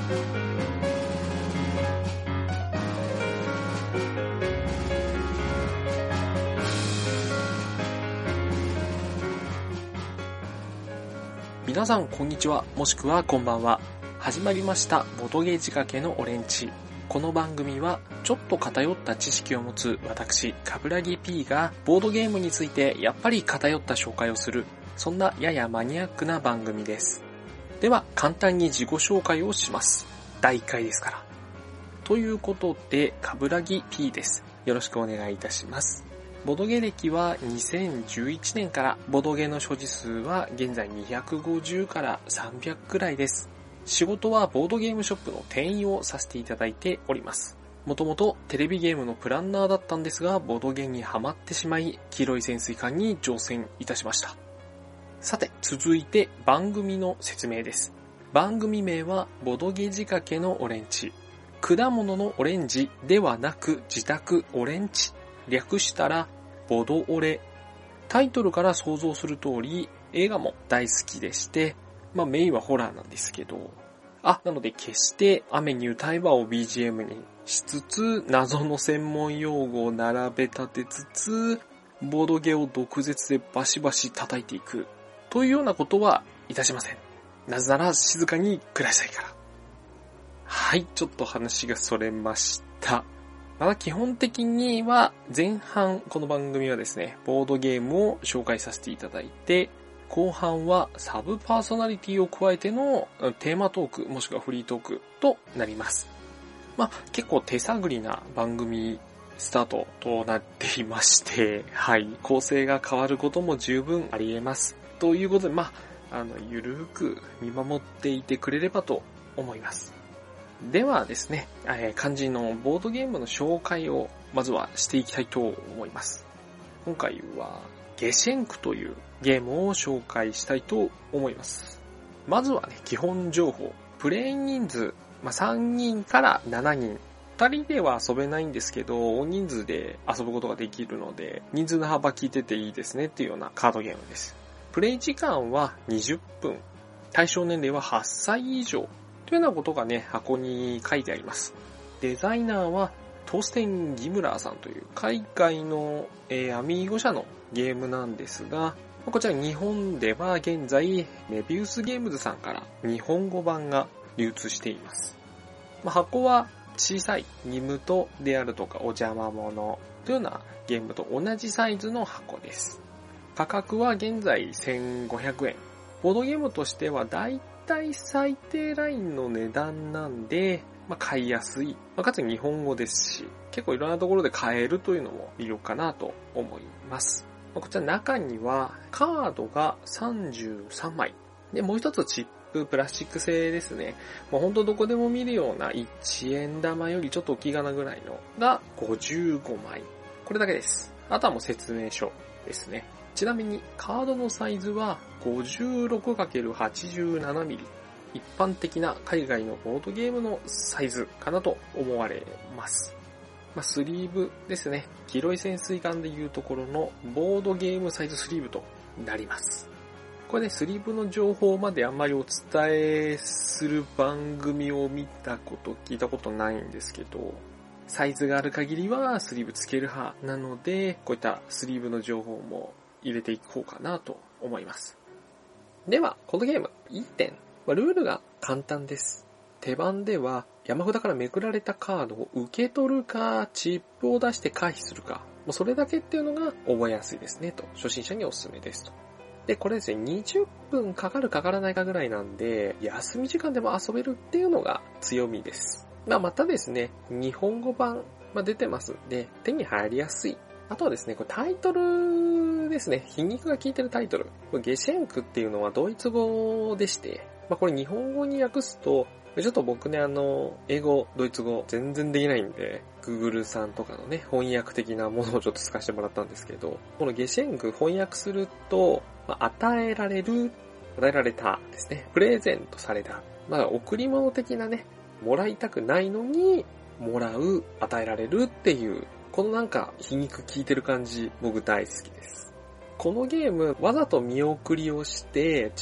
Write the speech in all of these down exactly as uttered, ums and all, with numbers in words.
皆さんこんにちは、もしくはこんばんは。始まりましたボドゲ仕掛けのオレンジ。この番組はちょっと偏った知識を持つ私カブラギ P がボードゲームについてやっぱり偏った紹介をする、そんなややマニアックな番組です。では簡単に自己紹介をします。だいいっかいですから。ということでカブラギ P です。よろしくお願いいたします。ボドゲ歴はにせんじゅういちねんから、ボドゲの所持数は現在にひゃくごじゅうからさんびゃくくらいです。仕事はボードゲームショップの店員をさせていただいております。もともとテレビゲームのプランナーだったんですが、ボドゲにハマってしまい、黄色い潜水艦に乗船いたしました。さて、続いて番組の説明です。番組名はボドゲ仕掛けのオレンジ。果物のオレンジではなく自宅オレンジ。略したらボドオレ。タイトルから想像する通り映画も大好きでして、まあメインはホラーなんですけど、あ、なので決して雨に歌えばを ビージーエム にしつつ、謎の専門用語を並べ立てつつ、ボードゲを毒舌でバシバシ叩いていくというようなことはいたしません。なぜなら静かに暮らしたいから。はい、ちょっと話がそれました。また基本的には前半この番組はですね、ボードゲームを紹介させていただいて、後半はサブパーソナリティを加えてのテーマトークもしくはフリートークとなります。まあ結構手探りな番組スタートとなっていまして、はい、構成が変わることも十分あり得ます。ということで、まあ、あの、ゆるく見守っていてくれればと思います。ではですね、えー、肝心のボードゲームの紹介をまずはしていきたいと思います。今回はゲシェンクというゲームを紹介したいと思います。まずはね、基本情報。プレイ人数、まあ、さんにんからしちにん。ふたりでは遊べないんですけど、大人数で遊ぶことができるので、人数の幅聞いてていいですねっていうようなカードゲームです。プレイ時間はにじゅっぷん。対象年齢ははっさい以上。というようなことがね、箱に書いてあります。デザイナーはトーステン・ギムラーさんという海外の、えー、アミーゴ社のゲームなんですが、こちら日本では現在メビウスゲームズさんから日本語版が流通しています。まあ、箱は小さいニムトであるとかお邪魔者というようなゲームと同じサイズの箱です。価格は現在せんごひゃくえん。ボードゲームとしては大体最低ラインの値段なんで、まあ、買いやすい。まあ、かつ日本語ですし、結構いろんなところで買えるというのも魅力かなと思います。まあ、こちら中にはカードがさんじゅうさんまい。で、もう一つチッププラスチック製ですね。もうほんとどこでも見るようないちえん玉よりちょっと大きいかなぐらいのがごじゅうごまい。これだけです。あとはもう説明書ですね。ちなみにカードのサイズは ごじゅうろくかけるはちじゅうななミリ。一般的な海外のボードゲームのサイズかなと思われます。まあ、スリーブですね。黄色い潜水艦でいうところのボードゲームサイズスリーブとなります。これね、スリーブの情報まであんまりお伝えする番組を見たこと、聞いたことないんですけど、サイズがある限りはスリーブつける派なので、こういったスリーブの情報も入れていこうかなと思います。では、このゲーム、いってん。ルールが簡単です。手番では山札からめくられたカードを受け取るか、チップを出して回避するか、もうそれだけっていうのが覚えやすいですねと。初心者におすすめですと。で、これですね、にじゅっぷんかかるかからないかぐらいなんで、休み時間でも遊べるっていうのが強みです。まあ、またですね、日本語版、まあ、出てますんで、手に入りやすい。あとはですね、これタイトルですね、皮肉が効いてるタイトル。これゲシェンクっていうのはドイツ語でして、まあ、これ日本語に訳すと、ちょっと僕ね、あの、英語、ドイツ語全然できないんで、Google さんとかのね、翻訳的なものをちょっと使わせてもらったんですけど、このゲシェンク翻訳すると、まあ、与えられる、与えられたですね、プレゼントされた。まあ、贈り物的なね、もらいたくないのに、もらう、与えられるっていう、このなんか皮肉効いてる感じ、僕大好きです。このゲーム、わざと見送りをして、チッ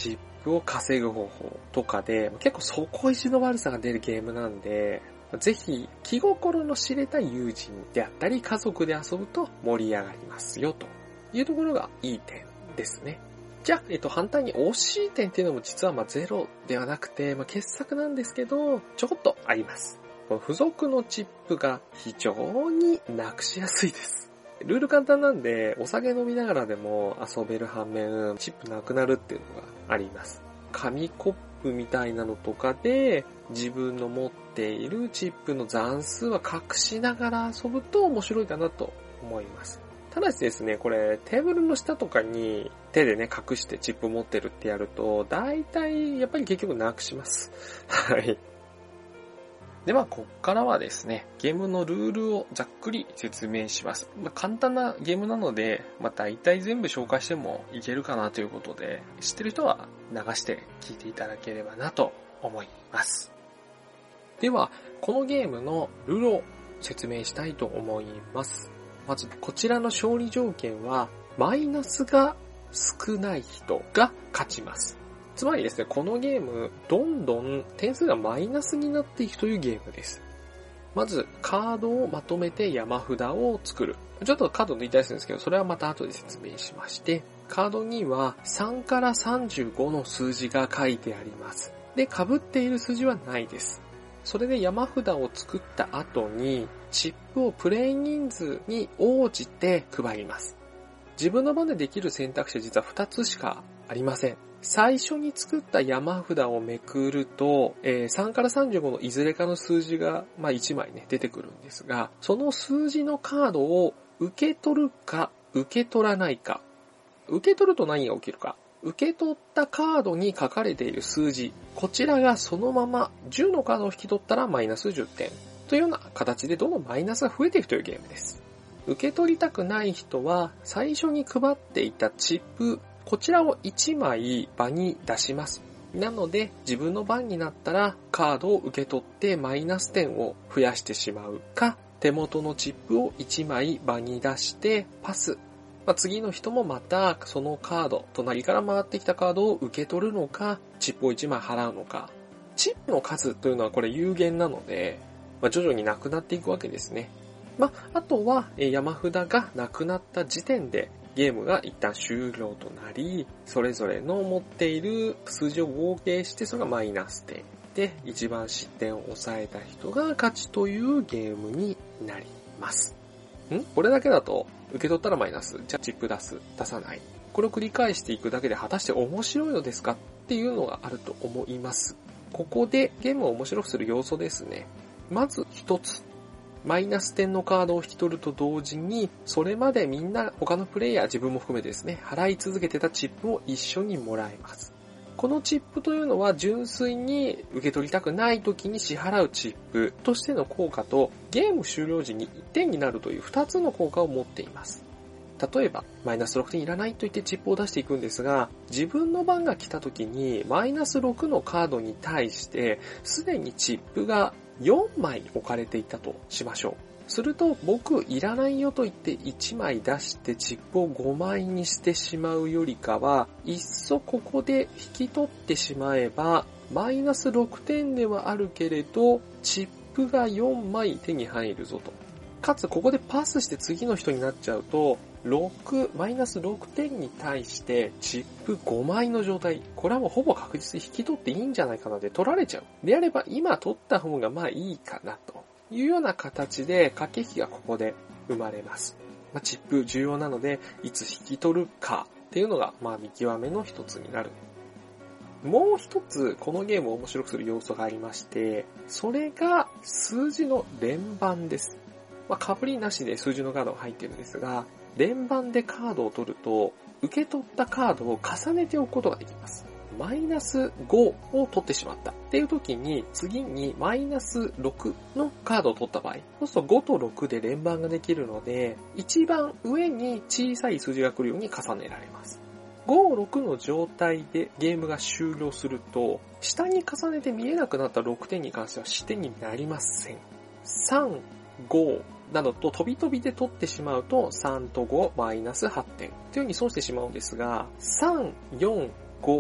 プを稼ぐ方法とかで、結構底意地の悪さが出るゲームなんで、ぜひ気心の知れた友人であったり家族で遊ぶと盛り上がりますよというところがいい点ですね。じゃあ、えっと、反対に惜しい点っていうのも実はまあゼロではなくて、まあ、傑作なんですけど、ちょこっとあります。この付属のチップが非常になくしやすいです。ルール簡単なんで、お酒飲みながらでも遊べる反面、チップなくなるっていうのがあります。紙コップみたいなのとかで、自分の持っているチップの残数は隠しながら遊ぶと面白いかなと思います。ただしですね、これテーブルの下とかに手でね隠してチップ持ってるってやると、だいたいやっぱり結局なくします。はい。では、こっからはですね、ゲームのルールをざっくり説明します。まあ、簡単なゲームなので、まあ、大体全部紹介してもいけるかなということで、知ってる人は流して聞いていただければなと思います。では、このゲームのルールを説明したいと思います。まず、こちらの勝利条件は、マイナスが少ない人が勝ちます。つまりですね、このゲーム、どんどん点数がマイナスになっていくというゲームです。まず、カードをまとめて山札を作る。ちょっとカード抜いたりするんですけど、それはまた後で説明しまして、カードにはさんからさんじゅうごの数字が書いてあります。で、被っている数字はないです。それで山札を作った後に、チップをプレイ人数に応じて配ります。自分の番でできる選択肢は実はふたつしかありません。最初に作った山札をめくると、えー、さんからさんじゅうごのいずれかの数字が、まあ、いちまいね、出てくるんですが、その数字のカードを受け取るか、受け取らないか。受け取ると何が起きるか。受け取ったカードに書かれている数字、こちらがそのままじゅうのカードを引き取ったらマイナスじゅってんというような形でどんどんマイナスが増えていくというゲームです。受け取りたくない人は最初に配っていたチップ、こちらをいちまい場に出します。なので自分の番になったらカードを受け取ってマイナス点を増やしてしまうか、手元のチップをいちまい場に出してパス。まあ、次の人もまたそのカード、隣から回ってきたカードを受け取るのか、チップをいちまい払うのか。チップの数というのはこれ有限なので、まあ、徐々になくなっていくわけですね。まあ、あとは山札がなくなった時点でゲームが一旦終了となり、それぞれの持っている数字を合計してそれがマイナス点で一番失点を抑えた人が勝ちというゲームになります。んこれだけだと受け取ったらマイナス、じゃあチップ出す、出さない。これを繰り返していくだけで果たして面白いのですかっていうのがあると思います。ここでゲームを面白くする要素ですね。まず一つ。マイナス点のカードを引き取ると同時に、それまでみんな他のプレイヤー自分も含めてですね、払い続けてたチップを一緒にもらえます。このチップというのは純粋に受け取りたくない時に支払うチップとしての効果と、ゲーム終了時にいってんになるというふたつの効果を持っています。例えば、マイナスろくてんいらないと言ってチップを出していくんですが、自分の番が来た時にマイナスろくのカードに対して、すでにチップがよんまい置かれていたとしましょう。すると、僕いらないよと言っていちまい出してチップをごまいにしてしまうよりかは、いっそここで引き取ってしまえば、マイナスろくてんではあるけれど、チップがよんまい手に入るぞと。かつ、ここでパスして次の人になっちゃうと、ろく、マイナスろくてんに対してチップごまいの状態。これはもうほぼ確実に引き取っていいんじゃないかなで取られちゃう。であれば今取った方がまあいいかなというような形で駆け引きがここで生まれます。まあ、チップ重要なのでいつ引き取るかっていうのがまあ見極めの一つになる。もう一つこのゲームを面白くする要素がありまして、それが数字の連番です。まあ、被りなしで数字のカードが入っているんですが、連番でカードを取ると、受け取ったカードを重ねておくことができます。マイナスごを取ってしまったっていう時に、次にマイナスろくのカードを取った場合、そうするとごとろくで連番ができるので、一番上に小さい数字が来るように重ねられます。ご、ろくの状態でゲームが終了すると、下に重ねて見えなくなったろくてんに関しては失点になりません。さん、ご、などと飛び飛びで取ってしまうとさんとごマイナスはってんというように損してしまうんですが、さん、よん、ご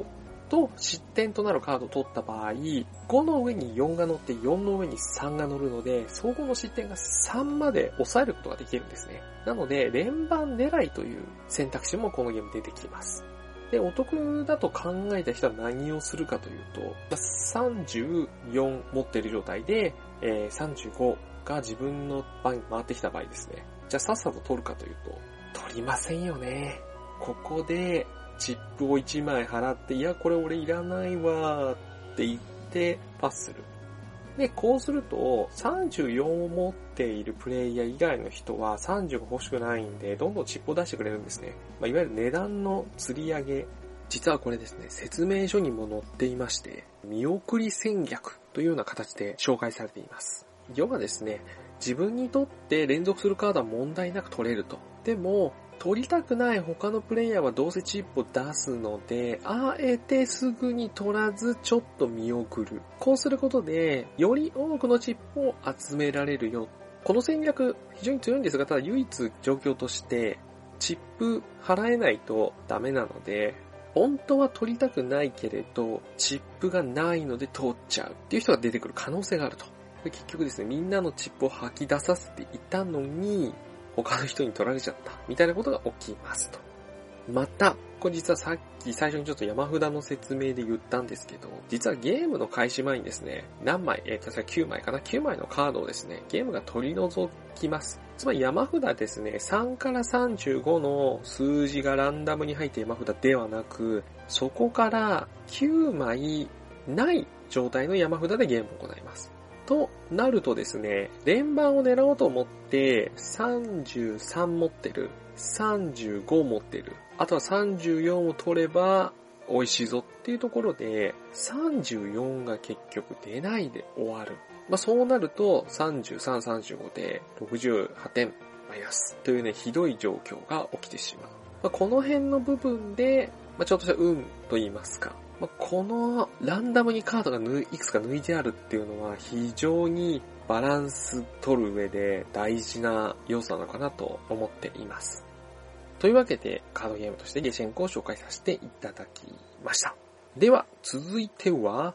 と失点となるカードを取った場合、ごの上によんが乗ってよんの上にさんが乗るので、総合の失点がさんまで抑えることができるんですね。なので、連番狙いという選択肢もこのゲーム出てきます。で、お得だと考えた人は何をするかというと、さんじゅうよん持っている状態で、えー、さんじゅうごが自分の番に回ってきた場合ですね。じゃあさっさと取るかというと、取りませんよね。ここで、チップをいちまい払って、いや、これ俺いらないわーって言ってパスする。で、こうすると、さんじゅうよんを持っているプレイヤー以外の人はさんじゅうご欲しくないんで、どんどんチップを出してくれるんですね。まあ、いわゆる値段の釣り上げ。実はこれですね、説明書にも載っていまして、見送り戦略というような形で紹介されています。要はですね、自分にとって連続するカードは問題なく取れると。でも、取りたくない他のプレイヤーはどうせチップを出すので、あえてすぐに取らずちょっと見送る。こうすることで、より多くのチップを集められるよ。この戦略非常に強いんですが、ただ唯一状況として、チップ払えないとダメなので、本当は取りたくないけれど、チップがないので通っちゃうっていう人が出てくる可能性があると。で結局ですね、みんなのチップを吐き出させていたのに、他の人に取られちゃったみたいなことが起きますと。また、これ実はさっき最初にちょっと山札の説明で言ったんですけど、実はゲームの開始前にですね、何枚、えー、確かきゅうまいかな ?きゅう 枚のカードをですね、ゲームが取り除きます。つまり山札ですね、さんからさんじゅうごの数字がランダムに入った山札ではなく、そこからきゅうまいない状態の山札でゲームを行います。となるとですね、連番を狙おうと思ってさんじゅうさん持ってる、さんじゅうご持ってる、あとはさんじゅうよんを取れば美味しいぞっていうところでさんじゅうよんが結局出ないで終わる。まあそうなるとさんじゅうさん、さんじゅうごでろくじゅうはってんマイナスというね、ひどい状況が起きてしまう。まあ、この辺の部分で、まあ、ちょっとした運と言いますか、まあ、このランダムにカードがいくつか抜いてあるっていうのは非常にバランス取る上で大事な要素なのかなと思っています。というわけでカードゲームとしてゲシェンコを紹介させていただきました。では続いては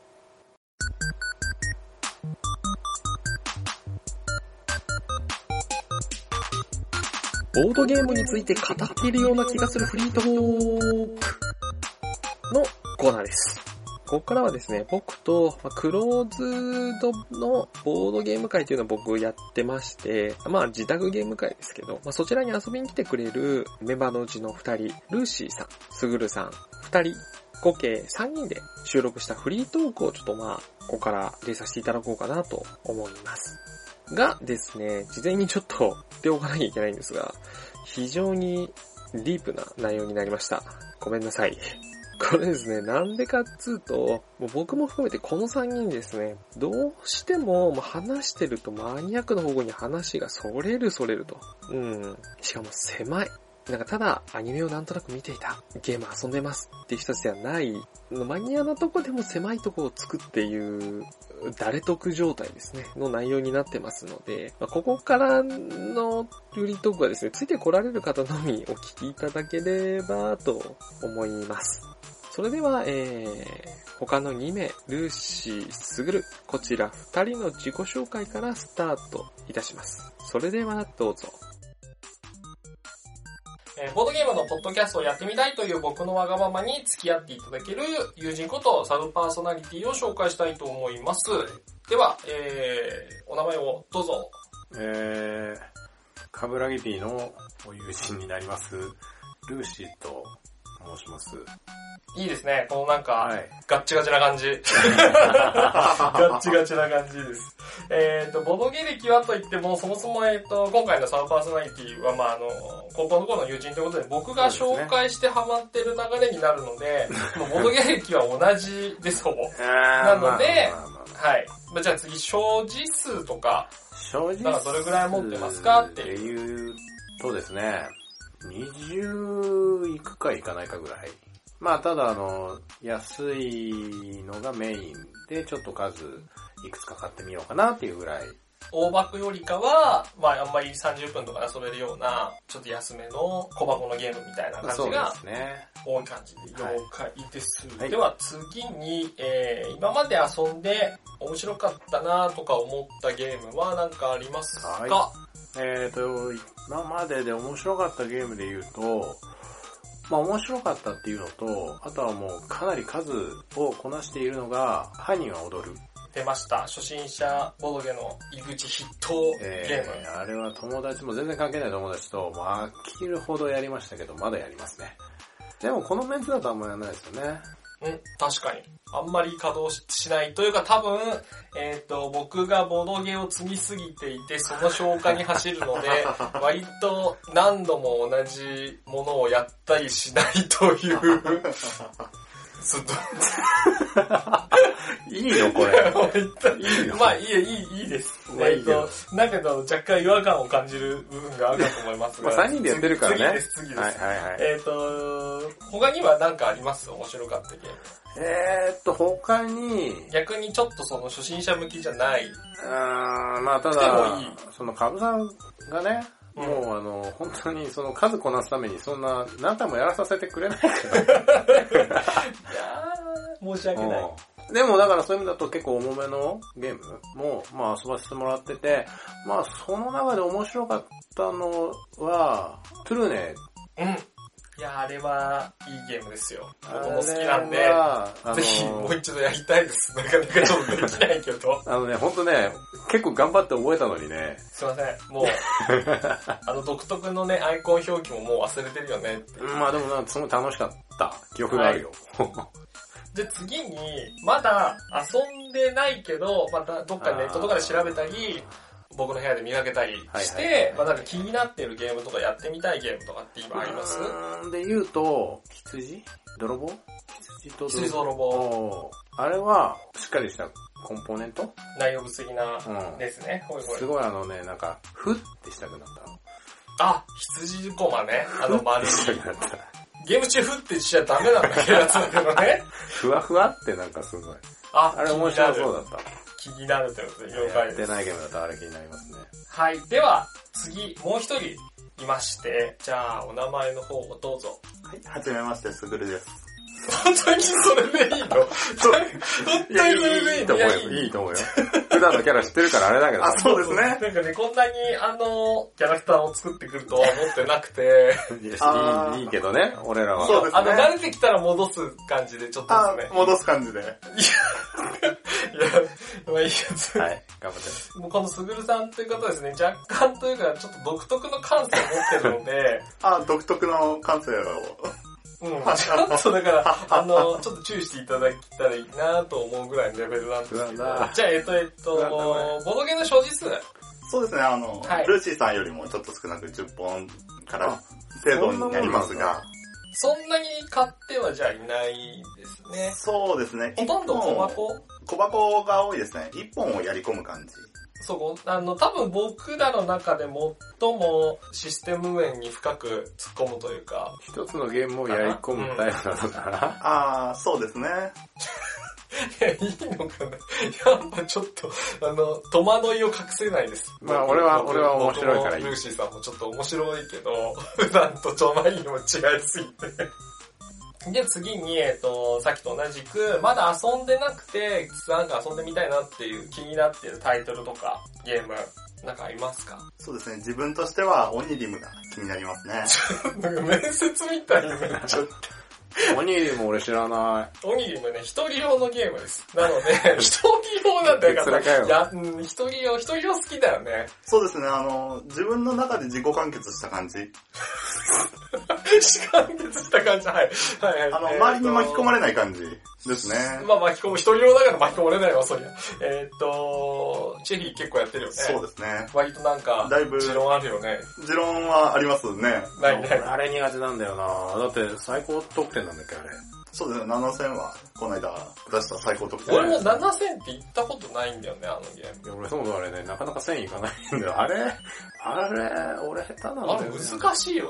ボードゲームについて語っているような気がするフリートークのコーナーです。ここからはですね、僕と、まあ、クローズドのボードゲーム会というのを僕やってまして、まあ自宅ゲーム会ですけど、まあ、そちらに遊びに来てくれるメンバーのうちのふたり、ルーシーさん、スグルさん、ふたり、合計さんにんで収録したフリートークをちょっとまあ、ここから入れさせていただこうかなと思います。がですね、事前にちょっと言っておかなきゃいけないんですが、非常にディープな内容になりました。ごめんなさい。これですね、なんでかっつうと、もう僕も含めてこのさんにんですね、どうしても話してるとマニアックの方向に話がそれるそれると。うん。しかも狭い。なんかただアニメをなんとなく見ていた、ゲーム遊んでますっていう人たちではない、マニアなとこでも狭いとこを作っていう誰得状態ですねの内容になってますので、まあ、ここからのフリートークはですね、ついて来られる方のみお聞きいただければと思います。それでは、えー、他のにめい、ルーシー、スグル、こちらふたりの自己紹介からスタートいたします。それではどうぞ。ボードゲームのポッドキャストをやってみたいという僕のわがままに付き合っていただける友人ことサブパーソナリティを紹介したいと思います。では、えー、お名前をどうぞ。 えー、カブラギピーの友人になります、ルーシーと申します。 いいですね。このなんか、はい、ガッチガチな感じ。ガッチガチな感じです。えっと、ボドゲ歴はといっても、そもそも、えっと、今回のサブパーソナリティは、まあ、あの、高校の頃の友人ということで、僕が紹介してハマってる流れになるので、もうボドゲ歴は同じです、ほぼ。なので、はい。じゃあ次、所持数とか、 所持数だからどれぐらい持ってますかっていう。言うとですね、にじゅういくかいかないかぐらい。まあただあの、安いのがメインでちょっと数いくつか買ってみようかなっていうぐらい大箱よりかは、まああんまりさんじゅっぷんとか遊べるような、ちょっと安めの小箱のゲームみたいな感じが、多い感じで了解です。はい、では次に、えー、今まで遊んで面白かったなとか思ったゲームは何かありますか？はい、 えーと、今までで面白かったゲームで言うと、まあ面白かったっていうのと、あとはもうかなり数をこなしているのが、犯人は踊る。 出ました。初心者ボドゲの井口筆頭ゲーム、 えー。あれは友達も全然関係ない友達と、まあ飽きるほどやりましたけど、まだやりますね。でもこのメンツだとあんまやらないですよね。 うん、確かに。あんまり稼働しないというか多分、えっと、僕がボドゲを積みすぎていて、その消化に走るので、割と何度も同じものをやったりしないという、ずっと。 いいのこれ。 いいのまあいい、いい、いいです。えっと、だけど若干違和感を感じる部分があるかと思いますが。 まあさんにんでやってるからね。 次です、次です。はいはいはい。えっと、他には何かあります？面白かったゲーム。 えーっと、他に、 逆にちょっとその初心者向きじゃない。 うーん、まあただ、いいそのカブさんがね、もうあの、本当にその数こなすためにそんな何回もやらさせてくれないから。いやー、申し訳ない。 でもだからそういう意味だと結構重めのゲームもまあ遊ばせてもらってて、まあその中で面白かったのは、トゥルネ。 うん。いや、あれはいいゲームですよ。僕も好きなんで、ぜひもう一度やりたいです。なかなかちょっとできないけど。 あのね、ほんとね、結構頑張って覚えたのにね。 すいません、もう、あの独特のね、アイコン表記ももう忘れてるよねって。 まあでもなんかすごい楽しかった記憶があるよ。はいで、次に、まだ遊んでないけど、またどっかネットとかで調べたり、僕の部屋で見かけたりして、はいはい、まあなんか気になってるゲームとかやってみたいゲームとかって今あります？ うーんで言うと、羊泥棒羊と羊泥棒。 あれは、しっかりしたコンポーネント内容物的なですね。 うん、ほいほいすごいあのね、なんか、ふってしたくなった。 あ、羊コマね。あの丸い。ゲーム中ふってしちゃダメなんだけどやつだけどね。 ふわふわってなんかすごい。 あ、 あれ面白そうだった。 気になるということで了解です。やってないゲームだとあれ気になりますね。 はい。では、次、もう一人いまして、じゃあ、お名前の方をどうぞ。 はい、はじめまして、すぐるです。 本当にそれでいいの？本当にそれでいいの？ いいと思うよ。いいと思うよ。普段のキャラ知ってるからあれだけど。 あ、そうですね。 なんかね、こんなにあの、キャラクターを作ってくるとは思ってなくて。 いい、いいけどね、俺らは。 そうですね。 あの、慣れてきたら戻す感じで、ちょっとですね。 戻す感じで。いや、 いや、まあいいやつ。 はい、頑張って。 もうこのすぐるさんという方ですね、若干というか、ちょっと独特の感性を持ってるので。 あ、独特の感性を。 うん、ちょっとだから、あの、ちょっと注意していただけたらいいなと思うぐらいのレベルなんですけど。じゃあ、えっと、えっと、ボドゲの所持数。 そうですね、あの、はい、ルーシーさんよりもちょっと少なくじゅっぽんから程度になりますが。 そんなに買ってはじゃあいないですね。 そうですね。 ほとんど小箱小箱が多いですね。一本をやり込む感じ。 そう、あの、多分僕らの中で最もシステム面に深く突っ込むというか。 一つのゲームをやり込むタイプなのかな、うん、 ああ、そうですね。 いや、いいのかな。やっぱちょっと、あの、戸惑いを隠せないです。 まあ、俺は、俺は面白いからいい。 ルーシーさんもちょっと面白いけど、普段とちょまりにも違いすぎて。で、次に、えっと、さっきと同じく、まだ遊んでなくて、なんか遊んでみたいなっていう気になっているタイトルとか、ゲーム、なんかありますか？ そうですね、自分としては、オニリムが気になりますね。 なんか面接みたいになっちゃって。 オニリム俺知らない。 オニリムね、一人用のゲームです。なので、一人用なんだから、いや、一人用、一人用好きだよね。 そうですね、あの、自分の中で自己完結した感じ。 完結した感じ、はい。はいはい。 あの、えー、周りに巻き込まれない感じですね。 まあ巻き込む、一人用だから巻き込まれないわ、そりゃ。えー、っと、チェリー結構やってるよね。 そうですね。 割となんか、 だいぶ、 持論あるよね。 持論はありますね。 ないない。 あれ苦手なんだよな。だって最高得点なんだっけ、あれ。 そうですね、ななせんは、この間出した最高得点。 俺もななせんって言ったことないんだよね、あのゲーム。 いや俺そもそもあれね、なかなかせんいかないんだよ。あれあれ、俺下手なんだよ、ね。 あれ難しいよね。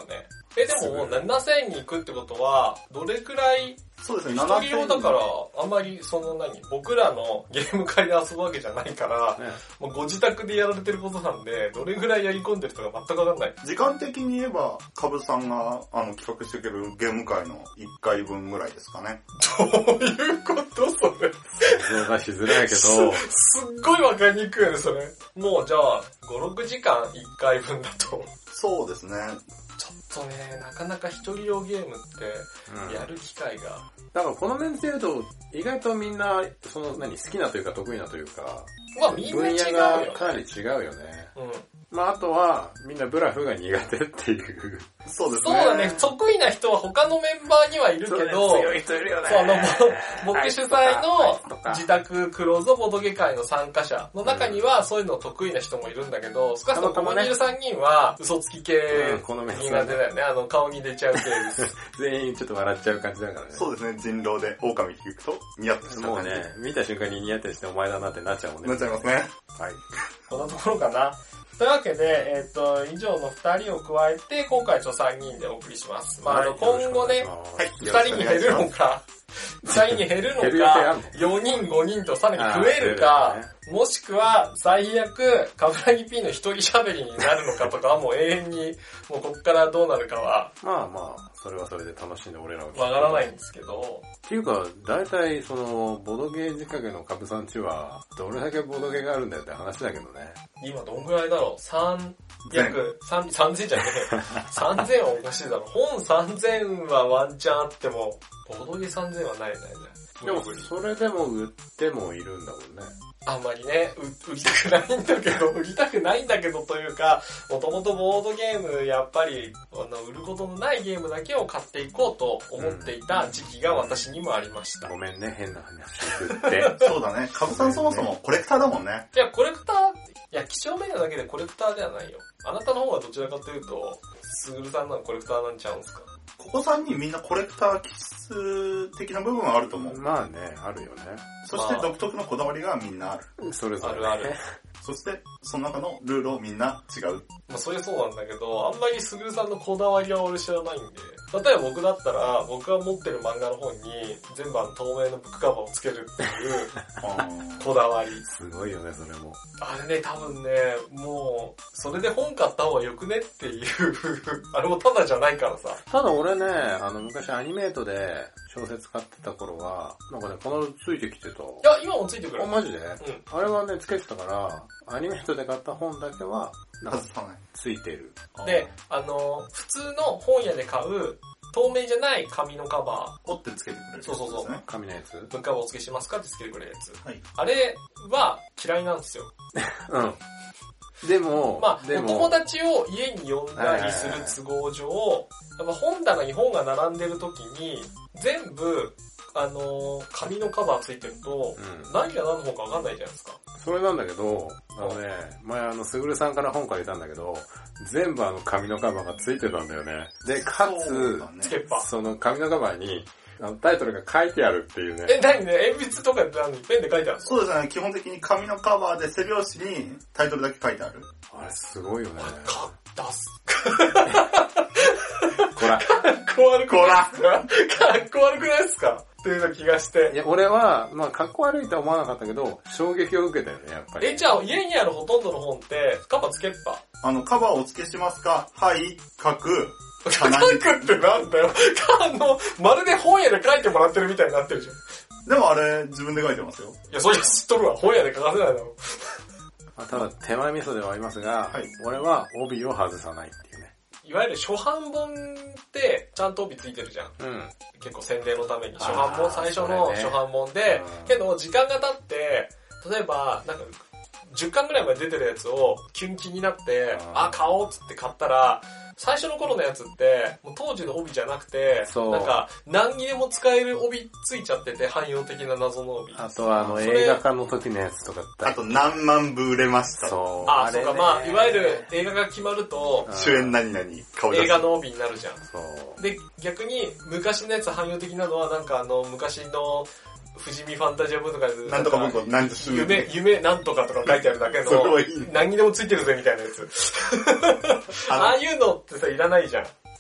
え、でもななせんに行くってことは、どれくらい、 そうですね、 一人用だから、あんまりその何、僕らのゲーム会で遊ぶわけじゃないから、ね、もうご自宅でやられてることなんで、どれくらいやり込んでるとか全くわかんない。 時間的に言えば、カブさんがあの企画してくれるゲーム会のいっかいぶんぐらいですかね。 どういうことそれ。 想像がしづらいけど。す、 すっごいわかりにくいよね、それ。もうじゃあ、ご、ろくじかんいっかいぶんだと。 そうですね。 ちょっとね、なかなか一人用ゲームってやる機会が、 うん、だからこのメンツで言うと、意外とみんな、その何、好きなというか得意なというか、 まあみんな違うよ、ね、 分野がかなり違うよね。うん。まああとは、みんなブラフが苦手っていう。 そうですね。 そうだね。得意な人は他のメンバーにはいるけど、 強い人いるよね。 そう、あの、僕主催の自宅クローズボドゲ会の参加者の中にはそういうの得意な人もいるんだけど、少なくともここにいるさんにんは嘘つき系苦手だよね。あの、顔に出ちゃう系です。 全員ちょっと笑っちゃう感じだからね。 そうですね。人狼で狼聞くとニヤッとした感じ。 もうね、見た瞬間にニヤッとしてお前だなってなっちゃうもんね。 なっちゃいますね。 はい。 こんなところかな。というわけで、えっ、ー、と、以上のふたりを加えて、今回ちょさんにんでお送りします。まあ、あの、今後ね、ふたりに減るのか、ふたりに減るのか、よにん、ごにんとさらに増えるか、もしくは、最悪、カブラギ P の一人喋りになるのかとかはもう永遠に、もうこっからどうなるかは、 まあまあ、それはそれで楽しんで俺らは。 わからないんですけど。 っていうか、だいたいその、ボドゲー仕掛けのカブさんちは、どれだけボドゲがあるんだよって話だけどね。 今どんぐらいだろう ?さんびゃく、さんぜんじゃねえ。さんぜんはおかしいだろ。本さんぜんはワンチャンあっても、ボドゲさんぜんはないないない。 でも、それでも売ってもいるんだもんね。 あんまりね、売りたくないんだけど、売りたくないんだけどというか、もともとボードゲーム、やっぱり、あの、売ることのないゲームだけを買っていこうと思っていた時期が私にもありました。 ごめんね、変な話を言って。 そうだね。カブさんそもそもコレクターだもんね。 いや、コレクター、いや、貴重面だけでコレクターではないよ。あなたの方はどちらかというと、スグルさんなのコレクターなんちゃうんすか？ ここさんにんみんなコレクター気質的な部分はあると思う。 まあね、あるよね。 そして独特のこだわりがみんなある。 それぞれ、 ね。あるある。 そして、その中のルールをみんな違う。 まあそりゃそうなんだけど、あんまりスグルさんのこだわりは俺知らないんで。例えば僕だったら、僕が持ってる漫画の本に全部あの透明のブックカバーをつけるっていうこだわり。 すごいよね、それも。 あれね、多分ね、もう、それで本買った方がよくねっていう、あれもただじゃないからさ。 ただ俺ね、あの昔アニメートで小説買ってた頃は、なんかね、このついてきてた。いや、今もついてくる。 あ、マジで？うん。あれはね、つけてたから、アニメートで買った本だけは、なんかついてる。 で、あの、普通の本屋で買う、透明じゃない紙のカバー。折ってつけてくれる、 そうそうそう。 紙のやつ。 文化部お付けしますかってつけてくれるやつ。 はい。 あれは嫌いなんですよ。 うん。でも、 まあ、お友達を家に呼んだりする都合上、やっぱ本棚に本が並んでる時に、全部、あのー、紙のカバーついてると、うん、何が何の本か分かんないじゃないですか。 それなんだけど、あのね、前あの、すぐるさんから本借りたんだけど、全部あの紙のカバーがついてたんだよね。で、かつ、 つけっぱ。 その紙のカバーに、あのタイトルが書いてあるっていうね。 え、何ね、鉛筆とかで何ペンで書いてあるの？ そうですね、基本的に紙のカバーで背表紙にタイトルだけ書いてある。 あれすごいよね。 かったっす。 こら。 かっこ悪くないっすか？かっこ悪くないっすかっていうような気がして。 いや、俺は、まあ、かっこ悪いとは思わなかったけど、衝撃を受けたよね、やっぱり。 え、じゃあ、家にあるほとんどの本って、カバーつけっぱ？ あの、カバーをお付けしますか？はい、書く。 書くってなんだよ。あの、まるで本屋で書いてもらってるみたいになってるじゃん。 でもあれ、自分で書いてますよ。 いや、それ知っとるわ。本屋で書かせないだろ。 ただ、手前味噌ではありますが、はい、俺は帯を外さないっていうね。 いわゆる初版本ってちゃんと帯ついてるじゃん。うん、結構宣伝のために。初版本、最初の初版本で、ね、けど時間が経って、例えば、なんか、じゅっかんぐらいまで出てるやつをキュンキになって、あ、買おうっつって買ったら、最初の頃のやつって、もう当時の帯じゃなくて、なんか、何にでも使える帯ついちゃってて、汎用的な謎の帯。 あとはあの映画化の時のやつとかあと何万部売れました。 そう。 あ、あそうか、まあ、いわゆる映画が決まると、 主演何々顔出す。 映画の帯になるじゃん。 そう。 で、逆に昔のやつ汎用的なのは、なんかあの、昔の、富士見ファンタジア文とかで、 なんとか文庫、なんとか夢、夢なんとかとか書いてあるだけの、いい何にでもついてるぜみたいなやつ。ああいうのってさ、いらないじゃん。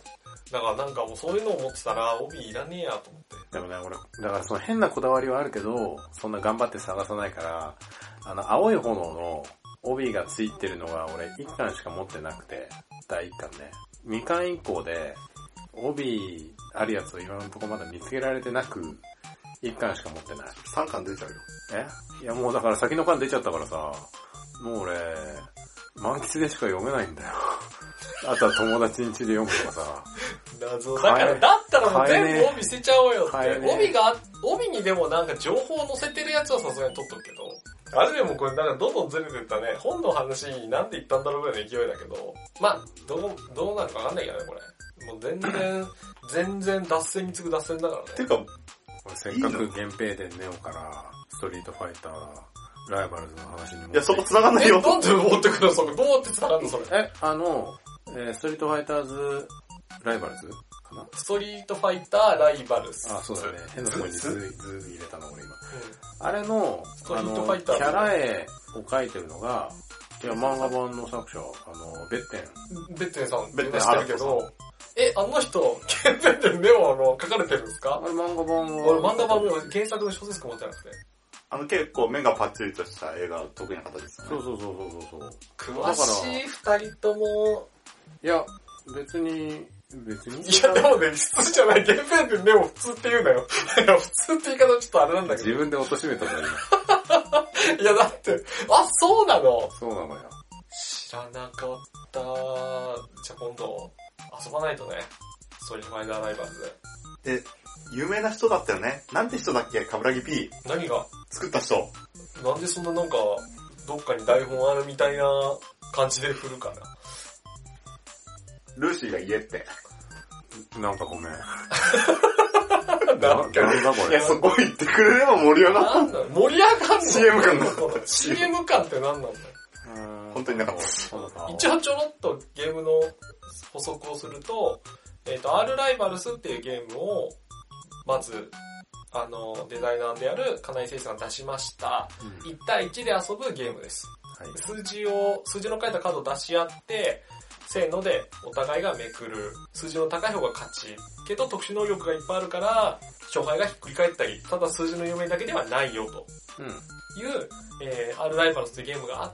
だからなんかもうそういうのを持ってたら帯いらねえやと思って。 でもね、俺、だからその変なこだわりはあるけど、そんな頑張って探さないから、あの、青い炎の帯がついてるのが俺いっかんしか持ってなくて、だいいっかんね。にかん以降で、帯あるやつを今のところまだ見つけられてなく、いっかんしか持ってない。 さんかん出ちゃうよ。 えいやもうだから先の巻出ちゃったからさ、もう俺、満喫でしか読めないんだよ。あとは友達ん家で読むとかさ。 謎だから、だったらもう全部帯捨てちゃおうよって。帯が、帯にでもなんか情報を載せてるやつはさすがに取っとくけど。あれでもこれなんかどんどんずれてったね。本の話なんで言ったんだろうぐらいの勢いだけど。まあ、どう、どうなるかわかんないけどね、これ。もう全然、全然脱線に次ぐ脱線だからね。 てか、 俺せっかく源平でネオからストリートファイター、ライバルズの話にも。 いや、そこ繋がんないよ。 え、なんで持ってくるのそこ。どうやって繋がるのそれ。 え、あの、えー、ストリートファイターズ、ライバルズかなストリートファイター、ライバルズ。 あ、そうだね。変なとこにズ、ズ入れたの俺今。うん、あれの、 ストリートファイターキャラ絵を描いてるのが、いや、漫画版の作者、あの、ベッテン。 ベッテンさん、 ベッテンしてるけど、え、あの人、ベッテンネオの書かれてるんですか？ あれ漫画版は俺漫画版も原作の小説持ってなくて。 あの結構目がパッチリとした映画得意な方ですよね。 そうそうそうそうそう。 詳しい二人とも。 いや、別に、別に。 いや、でもね、普通じゃない。原編でネオ普通って言うなよ。いや、普通って言い方ちょっとあれなんだけど。 自分で貶めたのに。 いや、だって、あ、そうなの？ そうなのよ。 知らなかった。じゃあ今度、遊ばないとね。ストリートファイターライバルズで。で、有名な人だったよね。なんて人だっけ？カブラギ P。 何が？ 作った人。 なんでそんななんか、どっかに台本あるみたいな感じで振るかな。 ルーシーが言えって。 なんかごめん。 なんか、 なんだこれ。 いや、そこ行ってくれれば盛り上がった。 なんだ盛り上がんのシーエム 感が。 シーエム 感って何なんだよ。 本当になかった。 一応ちょろっとゲームの補足をすると、えっと、R ライバルスっていうゲームを、まず、あの、デザイナーである金井誠さんが出しました。うん、いち対いちで遊ぶゲームです。はい、数字を、数字の書いたカードを出し合って、せーのでお互いがめくる。数字の高い方が勝ち。けど特殊能力がいっぱいあるから、勝敗がひっくり返ったり、ただ数字の読めだけではないよと。いう、うんえー、R ライバルズっていうゲームがあって、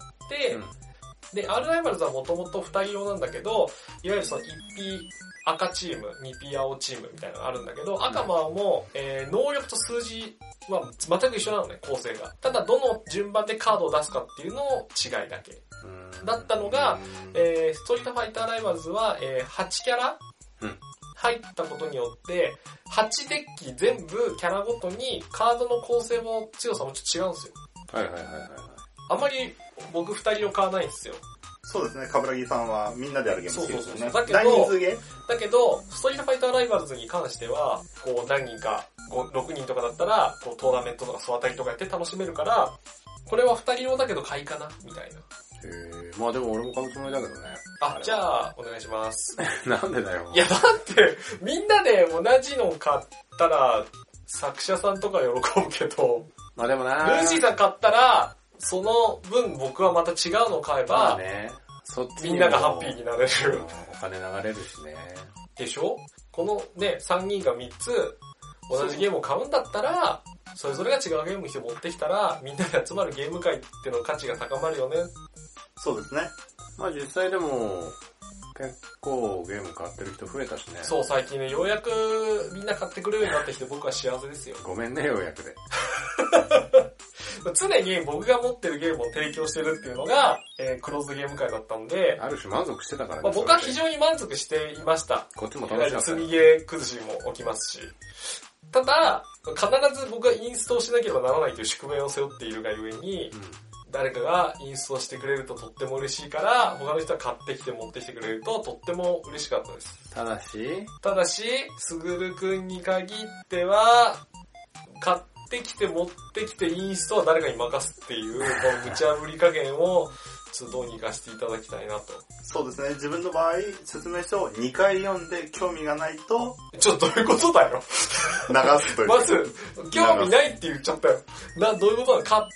うん、で、R ライバルズはもともとふたり用なんだけど、いわゆるその いちピー 赤チーム、にピー 青チームみたいなのがあるんだけど、赤間も、えー、能力と数字は全く一緒なのね、構成が。ただどの順番でカードを出すかっていうのの違いだけ。だったのが、えー、ストリートファイターライバルズは、えー、はちキャラ、うん、入ったことによって、はちデッキ全部キャラごとにカードの構成も強さもちょっと違うんですよ。 はいはいはいはい。 あんまり僕ふたりを買わないんですよ。 そうですね、カブラギさんはみんなでやるゲーム好きですよね。そうそうそう。 だけど、大人数ゲーだけど、ストリートファイターライバルズに関しては、こう何人か、ろくにんとかだったら、こうトーナメントとか総当たりとかやって楽しめるから、これはふたり用だけど買いかなみたいな。 へー、まあでも俺も買うつもりだけどね。 あ、じゃあ、お願いします。 なんでだよ。 いや、だって、みんなで同じの買ったら、作者さんとか喜ぶけど、 まあでもなルーシーさん買ったら、その分僕はまた違うのを買えば、まあね、そっちみんながハッピーになれる。 お金流れるしね。 でしょ？このね、さんにんがみっつ同じゲームを買うんだったら、それぞれが違うゲームにして持ってきたら、みんなで集まるゲーム会っての価値が高まるよね。 そうですね。 まあ実際でも、結構ゲーム買ってる人増えたしね。 そう、最近ね、ようやくみんな買ってくれるようになってきて僕は幸せですよ。 ごめんね、ようやくで。 常に僕が持ってるゲームを提供してるっていうのが、えー、クローズゲーム会だったんで、 ある種満足してたからね。 まあ、僕は非常に満足していました。 こっちも楽しかった。 積みゲー崩しも起きますし。ただ、必ず僕がインストーしなければならないという宿命を背負っているがゆえに、うん、誰かがインストしてくれるととっても嬉しいから、他の人は買ってきて持ってきてくれるととっても嬉しかったです。 ただし、 ただし、すぐるくんに限っては、買ってきて持ってきてインストは誰かに任すっていう、この無茶ぶり加減を、ちょっとどうにかしていただきたいなと。 そうですね、自分の場合、説明書をにかい読んで興味がないと、 ちょっとどういうことだよ。 流すという。 まず、興味ないって言っちゃったよ。な、どういうことだ？買って、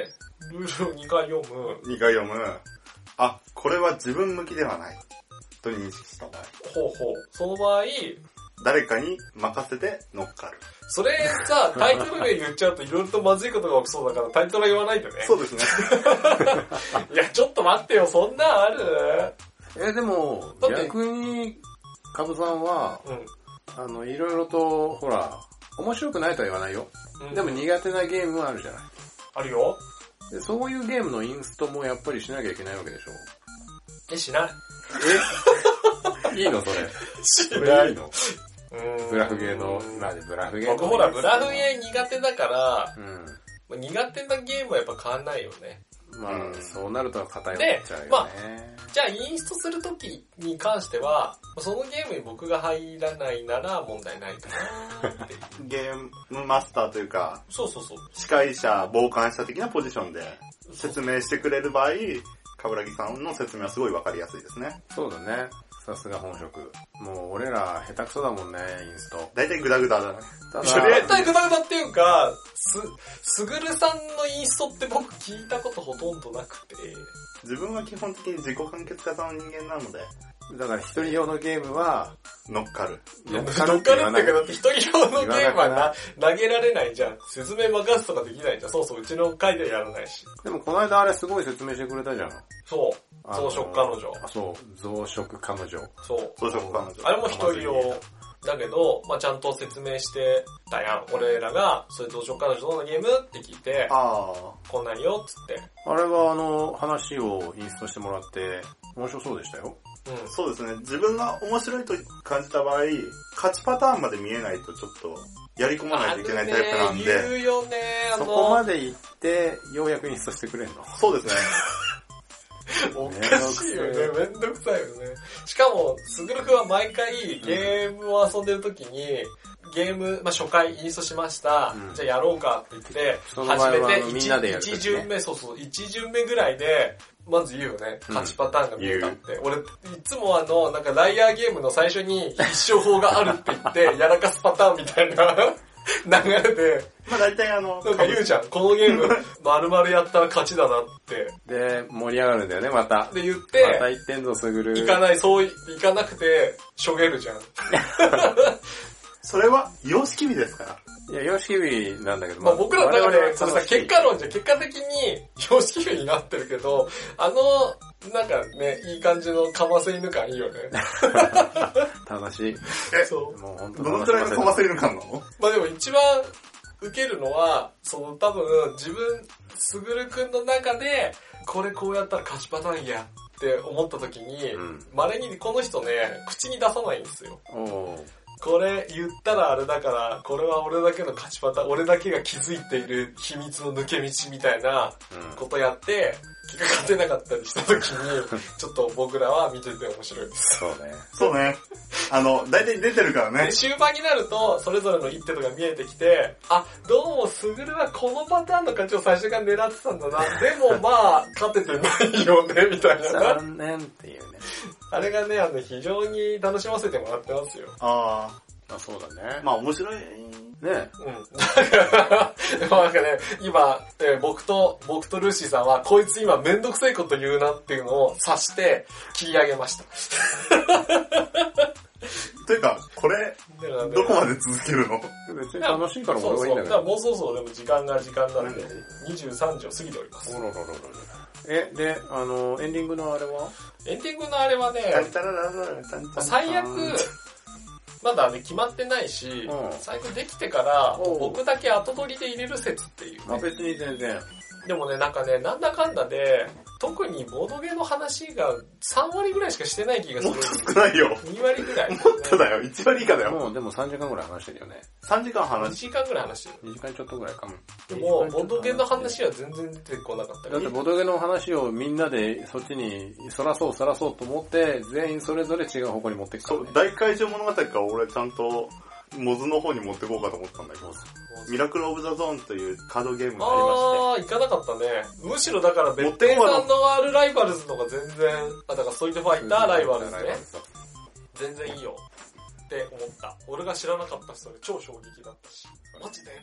ルールをにかい読む。 にかい読む。あ、これは自分向きではない。 と認識した場合。 ほうほう。その場合、 誰かに任せて乗っかる。 それさ、タイトル名言っちゃうといろいろとまずいことが起きそうだからタイトルは言わないでね。 そうですね。 いや、ちょっと待ってよ、そんなんある？ え、でも、逆に、カブさんは、うん、あの、いろいろと、ほら、面白くないとは言わないよ。うん、でも苦手なゲームはあるじゃない。 あるよ。 で。そういうゲームのインストもやっぱりしなきゃいけないわけでしょ。 え、しない。 えいいのそれ。 しない。 それいいのブラフゲーの、なんでブラフゲーの。 僕ほら、ブラフゲー苦手だから、うん、苦手なゲームはやっぱ変わんないよね。 まあ、うん、そうなると偏っちゃうよね。 まあ、じゃあインストするときに関しては、そのゲームに僕が入らないなら問題ないかなっていう。 ゲームマスターというか、 そうそうそう。 司会者、傍観者的なポジションで説明してくれる場合、カブラギさんの説明はすごいわかりやすいですね。 そうだね。さすが本職。もう俺ら下手くそだもんね、インスト。 だいたいグダグダだね。 ただ絶対グダグダっていうか、す、すぐるさんのインストって僕聞いたことほとんどなくて。 自分は基本的に自己完結型の人間なので。 だから一人用のゲームは、 乗っかる。 乗っかるっていうか、だって一人用のゲームはな投げられないじゃん。説明任すとかできないじゃん。そうそう、うちの会ではやらないし。 でもこの間あれすごい説明してくれたじゃん。 そう。増殖彼女。 あ、そう。増殖彼女。 そう。 増殖彼女。 あれも一人用。だけど、まあ、ちゃんと説明してたやん。俺らが、それ増殖彼女どんなゲームって聞いて、あこんなんよ、つって。 あれはあの、話をインストしてもらって、面白そうでしたよ。 うん、そうですね。自分が面白いと感じた場合、勝ちパターンまで見えないとちょっとやり込まないといけないタイプなんで。 言うよね、 あのそこまで行って、ようやくインストしてくれんの？ そうですね。 おかしいよね。めんどくさいよね。しかも、すぐるくんは毎回ゲームを遊んでる時に、ゲーム、まあ、初回インストしました。うん、じゃあやろうかって言って、始めて、 みんなでやる、ね、 一巡目、そうそう、一巡目ぐらいで、まず言うよね。勝ちパターンが見えたって。うん、俺、いつもあの、なんかライアーゲームの最初に必勝法があるって言って、やらかすパターンみたいな流れで。 まあ大体あの、 なんか言うじゃん。このゲーム、丸々やったら勝ちだなって。 で、盛り上がるんだよね、また。 で言って、 また言ってんぞ、すぐる。 行かない、そう、行かなくて、しょげるじゃん。 それは、様式美ですから。 いや、様式美なんだけど、 まあ、僕らの中で、そのさ、結果論じゃ結果的に様式美になってるけど、あの、なんかね、いい感じのかませ犬感いいよね。 楽しい。 え、そう。もう本当どのくらいのかませ犬感なの？ まあでも一番受けるのは、その多分、自分、すぐるくんの中で、これこうやったら勝ちパターンやって思った時に、稀、うん、にこの人ね、口に出さないんですよ。おこれ言ったらあれだから、これは俺だけの勝ちパターン、俺だけが気づいている秘密の抜け道みたいなことやって、気が勝てなかったりした時に、ちょっと僕らは見てて面白いです。 そうね。 そうね。あの、大体出てるからね。 で、終盤になると、それぞれの一手とか見えてきて、あ、どうもすぐるはこのパターンの勝ちを最初から狙ってたんだな。でもまあ、勝ててないよね、みたいな。 残念っていうね。 あれがね、あの、非常に楽しませてもらってますよ。 ああ。あ、そうだね。 まあ面白い。 ね。 うん。だから、なんかね、今、えー、僕と、僕とルーシーさんは、こいつ今めんどくさいこと言うなっていうのを察して切り上げました。 というか、これ、どこまで続けるの？ 別に楽しいから俺はいいんだけど。 そうそう。だからもうそろそろでも時間が時間なんで、にじゅうさんじを過ぎております。 おろろろろろ。え、で、あの、エンディングのあれは？ エンディングのあれはね、最悪、まだね、決まってないし、うん、最悪できてから、僕だけ後取りで入れる説っていう、ね。 まあ別に全然。 でもね、なんかね、なんだかんだで、特にボードゲーの話がさんわりぐらいしかしてない気がする。 もっと少ないよ。 にわりぐらい。 もっとだよ。いちわり以下だよ。 もうでもさんじかんぐらい話してるよね。 さんじかん話してる。にじかんぐらい話してる。 にじかんちょっとぐらいかも。 でも、ボードゲーの話は全然出てこなかった。 だってボードゲーの話をみんなでそっちにそらそうそらそうと思って、全員それぞれ違う方向に持っていくからね。 そう、大怪獣物語から俺ちゃんと、モズの方に持ってこうかと思ったんだけど、ミラクルオブザゾーンというカードゲームがありまして。 あー、行かなかったね。むしろだから、別邸さんのあるライバルズのが全然、あ、だからストリートファイターライバルズね。全然いいよ。って思った。俺が知らなかったし、それ超衝撃だったし。マジで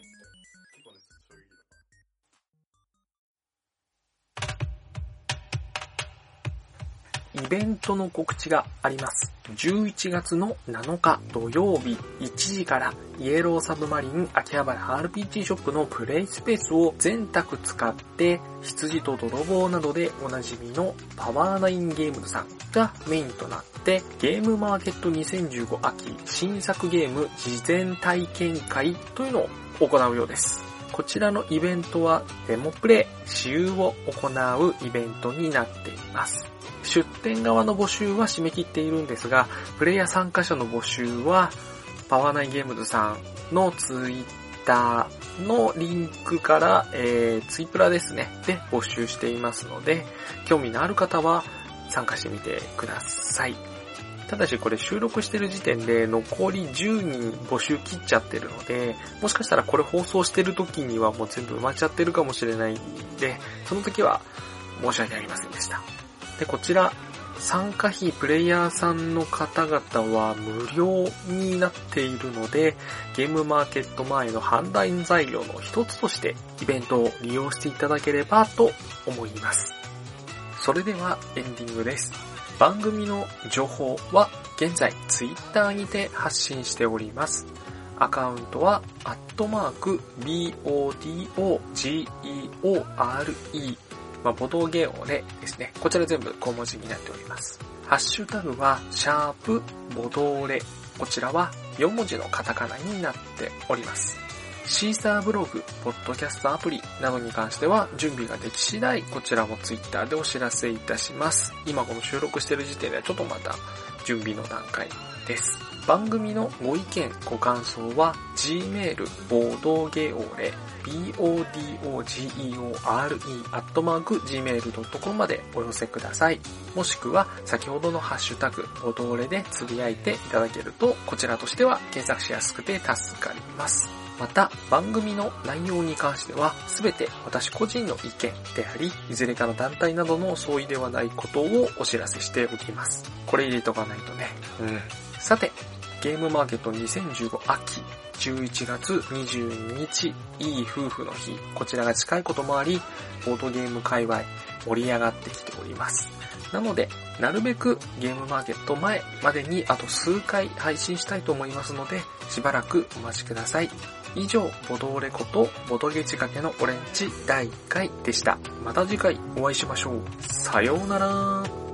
イベントの告知があります。じゅういちがつのなのか土曜日いちじからイエローサブマリン秋葉原 アールピージー ショップのプレイスペースを全卓使って羊と泥棒などでおなじみのパワーナインゲームズさんがメインとなってゲームマーケットにせんじゅうご秋新作ゲーム事前体験会というのを行うようです。こちらのイベントはデモプレイ、私有を行うイベントになっています。出店側の募集は締め切っているんですが、プレイヤー参加者の募集はパワーナインゲームズさんのツイッターのリンクから、えー、ツイプラですね、で募集していますので、興味のある方は参加してみてください。ただしこれ収録してる時点で残りじゅうにん募集切っちゃってるので、もしかしたらこれ放送してる時にはもう全部埋まっちゃってるかもしれないんで、その時は申し訳ありませんでした。で、こちら参加費プレイヤーさんの方々は無料になっているので、ゲームマーケット前の判断材料の一つとしてイベントを利用していただければと思います。それではエンディングです。番組の情報は現在ツイッターにて発信しております。アカウントはアットマーク ビーオーディーオージーイーオーアールイー、まあ、ボドゲオレですね。こちら全部小文字になっております。ハッシュタグはシャープボドレ、こちらはよん文字のカタカナになっております。シーサーブログ、ポッドキャストアプリなどに関しては準備ができ次第こちらもツイッターでお知らせいたします。今この収録している時点ではちょっとまた準備の段階です。番組のご意見ご感想は Gmail ボードゲオレ ボードゲオレ アットマーク ジーメールドットコム までお寄せください。もしくは先ほどのハッシュタグボドレでつぶやいていただけるとこちらとしては検索しやすくて助かります。また番組の内容に関してはすべて私個人の意見であり、いずれかの団体などの相違ではないことをお知らせしておきます。これ入れとかないとね。うん。さて、ゲームマーケットにせんじゅうご秋じゅういちがつにじゅうににち、いい夫婦の日、こちらが近いこともあり、ボードゲーム界隈盛り上がってきております。なので、なるべくゲームマーケット前までにあと数回配信したいと思いますので、しばらくお待ちください。以上、ボドレことボドゲ仕掛けのオレンジだいいっかいでした。また次回お会いしましょう。さようなら。